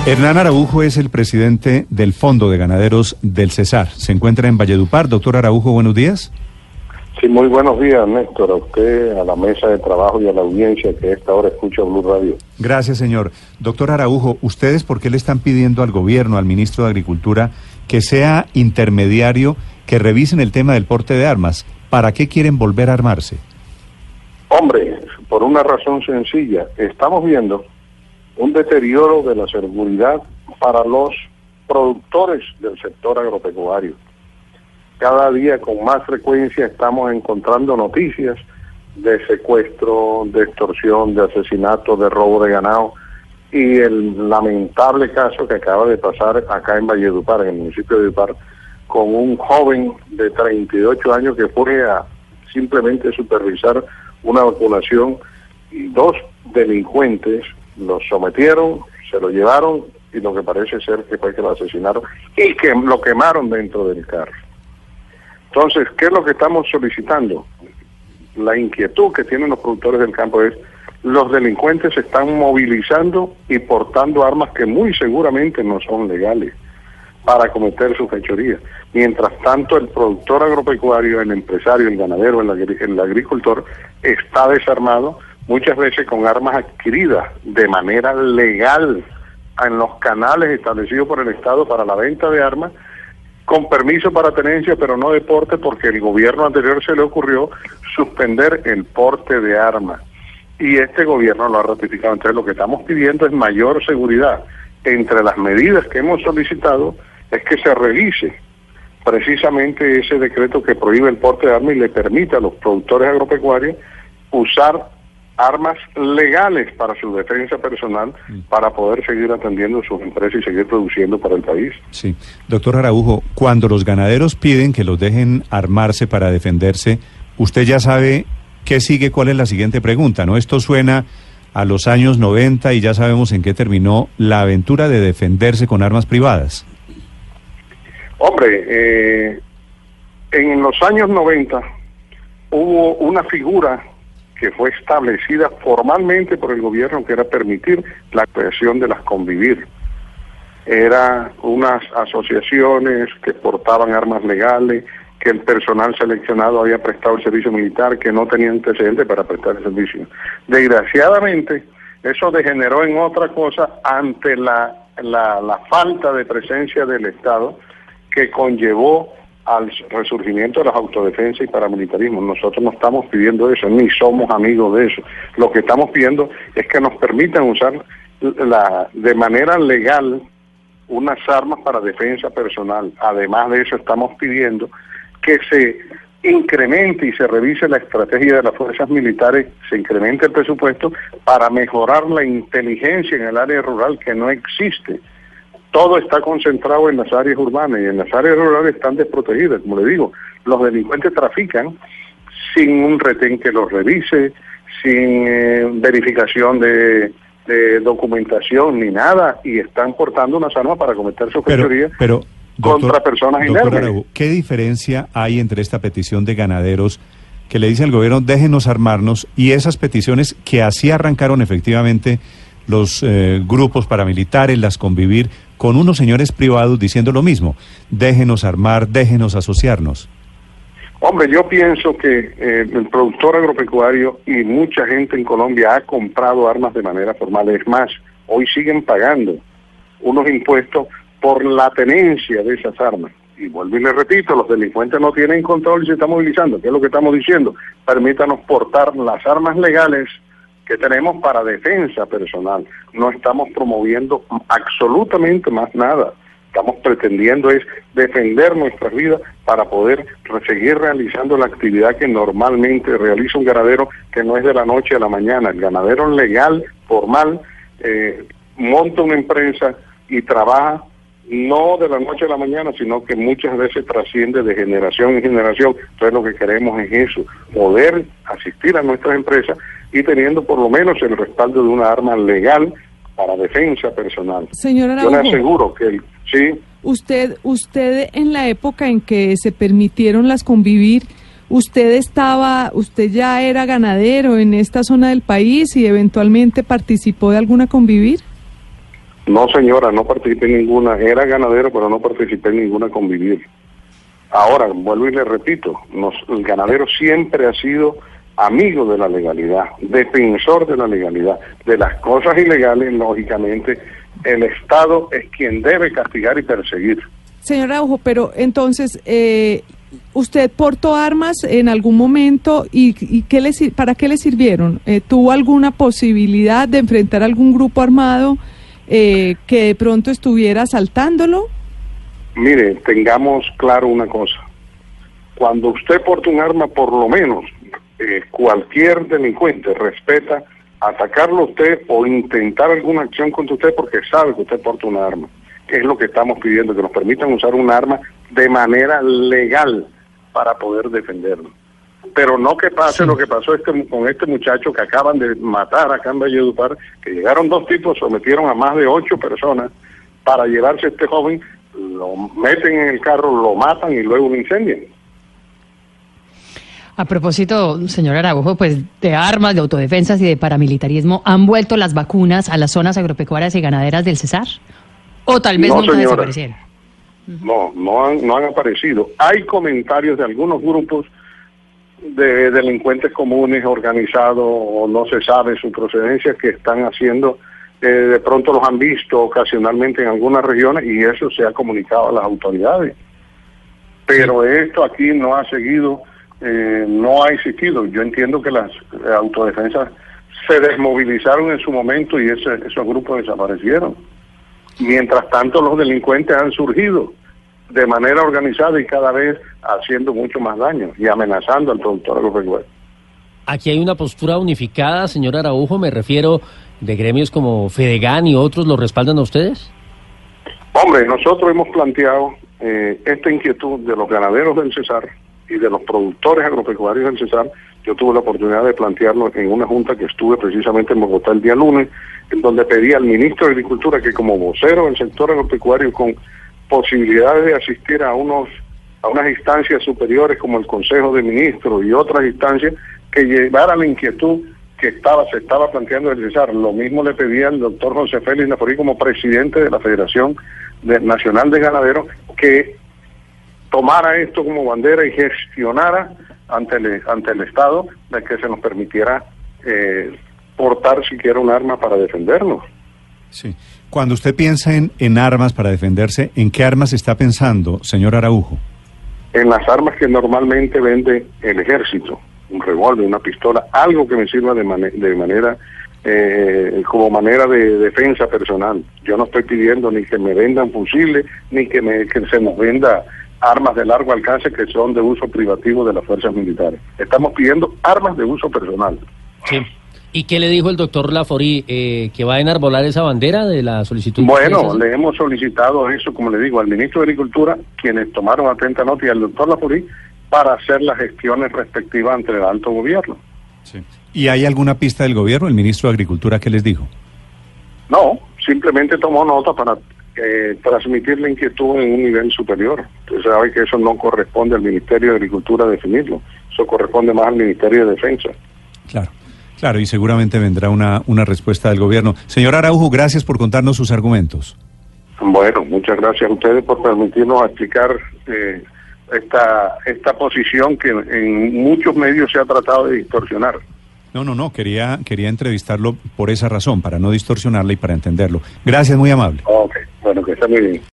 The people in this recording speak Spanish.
Hernán Araujo es el presidente del Fondo de Ganaderos del Cesar. Se encuentra en Valledupar. Doctor Araujo, buenos días. Sí, muy buenos días, Néstor, a usted, a la mesa de trabajo y a la audiencia que a esta hora escucha Blue Radio. Gracias, señor. Doctor Araujo, ¿ustedes por qué le están pidiendo al gobierno, al ministro de Agricultura, que sea intermediario, que revisen el tema del porte de armas? ¿Para qué quieren volver a armarse? Hombre, por una razón sencilla. Estamos viendo un deterioro de la seguridad para los productores del sector agropecuario. Cada día con más frecuencia estamos encontrando noticias de secuestro, de extorsión, de asesinato, de robo de ganado y el lamentable caso que acaba de pasar acá en Valledupar, en el municipio de Valledupar, con un joven de 38 años que fue a simplemente supervisar una vacunación y dos delincuentes lo sometieron, se lo llevaron y lo que parece ser que fue que lo asesinaron y que lo quemaron dentro del carro. Entonces, ¿qué es lo que estamos solicitando? La inquietud que tienen los productores del campo es: los delincuentes se están movilizando y portando armas que muy seguramente no son legales para cometer sus fechorías. Mientras tanto, el productor agropecuario, el empresario, el ganadero, el agricultor está desarmado, muchas veces con armas adquiridas de manera legal en los canales establecidos por el Estado para la venta de armas, con permiso para tenencia, pero no de porte, porque el gobierno anterior se le ocurrió suspender el porte de armas. Y este gobierno lo ha ratificado. Entonces, lo que estamos pidiendo es mayor seguridad. Entre las medidas que hemos solicitado es que se revise precisamente ese decreto que prohíbe el porte de armas y le permite a los productores agropecuarios usar armas legales para su defensa personal, para poder seguir atendiendo sus empresas y seguir produciendo para el país. Sí. Doctor Araujo, cuando los ganaderos piden que los dejen armarse para defenderse, usted ya sabe qué sigue, cuál es la siguiente pregunta, ¿no? Esto suena a los años 90 y ya sabemos en qué terminó la aventura de defenderse con armas privadas. Hombre, en los años 90 hubo una figura que fue establecida formalmente por el gobierno, que era permitir la creación de las Convivir. Eran unas asociaciones que portaban armas legales, que el personal seleccionado había prestado el servicio militar, que no tenía antecedentes para prestar el servicio. Desgraciadamente, eso degeneró en otra cosa ante la falta de presencia del Estado que conllevó al resurgimiento de las autodefensas y paramilitarismo. Nosotros no estamos pidiendo eso, ni somos amigos de eso. Lo que estamos pidiendo es que nos permitan usar de manera legal unas armas para defensa personal. Además de eso, estamos pidiendo que se incremente y se revise la estrategia de las fuerzas militares, se incremente el presupuesto para mejorar la inteligencia en el área rural, que no existe. Todo está concentrado en las áreas urbanas y en las áreas rurales están desprotegidas. Como le digo, los delincuentes trafican sin un retén que los revise, sin verificación de documentación ni nada, y están portando unas armas para cometer sus fechorías contra personas inermes. ¿Qué diferencia hay entre esta petición de ganaderos que le dice al gobierno déjenos armarnos y esas peticiones que así arrancaron efectivamente los grupos paramilitares, las Convivir, con unos señores privados diciendo lo mismo, déjenos armar, déjenos asociarnos? Hombre, yo pienso que el productor agropecuario y mucha gente en Colombia ha comprado armas de manera formal. Es más, hoy siguen pagando unos impuestos por la tenencia de esas armas. Y vuelvo y le repito, los delincuentes no tienen control y se están movilizando. ¿Qué es lo que estamos diciendo? Permítanos portar las armas legales que tenemos para defensa personal. No estamos promoviendo absolutamente más nada. Estamos pretendiendo es defender nuestras vidas para poder seguir realizando la actividad que normalmente realiza un ganadero, que no es de la noche a la mañana. El ganadero legal, formal, monta una empresa y trabaja no de la noche a la mañana, sino que muchas veces trasciende de generación en generación. Entonces lo que queremos es eso, poder asistir a nuestras empresas y teniendo por lo menos el respaldo de una arma legal para defensa personal. Señor Araujo, yo le aseguro que sí. Usted en la época en que se permitieron las Convivir, usted ya era ganadero en esta zona del país y eventualmente participó de alguna Convivir. No, señora, no participé en ninguna. Era ganadero, pero no participé en ninguna convivir. Ahora, vuelvo y le repito, el ganadero siempre ha sido amigo de la legalidad, defensor de la legalidad. De las cosas ilegales, lógicamente, el Estado es quien debe castigar y perseguir. Señor Araujo, pero entonces, ¿usted portó armas en algún momento y para qué le sirvieron? ¿Tuvo alguna posibilidad de enfrentar algún grupo armado que de pronto estuviera asaltándolo? Mire, tengamos claro una cosa. Cuando usted porta un arma, por lo menos cualquier delincuente respeta atacarlo a usted o intentar alguna acción contra usted porque sabe que usted porta un arma. Es lo que estamos pidiendo, que nos permitan usar un arma de manera legal para poder defendernos. Pero no que pase lo que pasó con este muchacho que acaban de matar acá en Valledupar, que llegaron 2 tipos, sometieron a más de 8 personas para llevarse a este joven, lo meten en el carro, lo matan y luego lo incendian. A propósito, señor Araujo, pues de armas, de autodefensas y de paramilitarismo, ¿han vuelto las vacunas a las zonas agropecuarias y ganaderas del Cesar? ¿O tal vez nunca desaparecieron? No han aparecido. Hay comentarios de algunos grupos de delincuentes comunes organizados o no se sabe su procedencia que están haciendo, de pronto los han visto ocasionalmente en algunas regiones y eso se ha comunicado a las autoridades. Pero esto aquí no ha seguido, no ha existido. Yo entiendo que las autodefensas se desmovilizaron en su momento y esos grupos desaparecieron. Mientras tanto, los delincuentes han surgido de manera organizada y cada vez haciendo mucho más daño y amenazando al productor agropecuario. Aquí hay una postura unificada, señor Araujo, me refiero de gremios como Fedegan y otros, ¿lo respaldan a ustedes? Hombre, nosotros hemos planteado esta inquietud de los ganaderos del Cesar y de los productores agropecuarios del Cesar. Yo tuve la oportunidad de plantearlo en una junta que estuve precisamente en Bogotá el día lunes, en donde pedí al ministro de Agricultura que como vocero del sector agropecuario con posibilidades de asistir a unas instancias superiores como el Consejo de Ministros y otras instancias que llevaran la inquietud que se estaba planteando el Cesar. Lo mismo le pedía al doctor José Félix Laforí como presidente de la Federación Nacional de Ganaderos que tomara esto como bandera y gestionara ante el Estado de que se nos permitiera portar siquiera un arma para defendernos. Sí. Cuando usted piensa en armas para defenderse, ¿en qué armas está pensando, señor Araujo? En las armas que normalmente vende el ejército, un revólver, una pistola, algo que me sirva como manera de defensa personal. Yo no estoy pidiendo ni que me vendan fusiles, ni que se nos venda armas de largo alcance que son de uso privativo de las fuerzas militares. Estamos pidiendo armas de uso personal. Sí. ¿Y qué le dijo el doctor Laforí? ¿Que va a enarbolar esa bandera de la solicitud? Bueno, le hemos solicitado eso, como le digo, al ministro de Agricultura, quienes tomaron atenta nota, y al doctor Laforí, para hacer las gestiones respectivas ante el alto gobierno. Sí. ¿Y hay alguna pista del gobierno? ¿El ministro de Agricultura qué les dijo? No, simplemente tomó nota para transmitir la inquietud en un nivel superior. Usted sabe que eso no corresponde al Ministerio de Agricultura definirlo, eso corresponde más al Ministerio de Defensa. Claro, y seguramente vendrá una respuesta del gobierno. Señor Araujo, gracias por contarnos sus argumentos. Bueno, muchas gracias a ustedes por permitirnos explicar esta posición que en muchos medios se ha tratado de distorsionar. No, quería entrevistarlo por esa razón, para no distorsionarla y para entenderlo. Gracias, muy amable. Ok, bueno, que esté muy bien.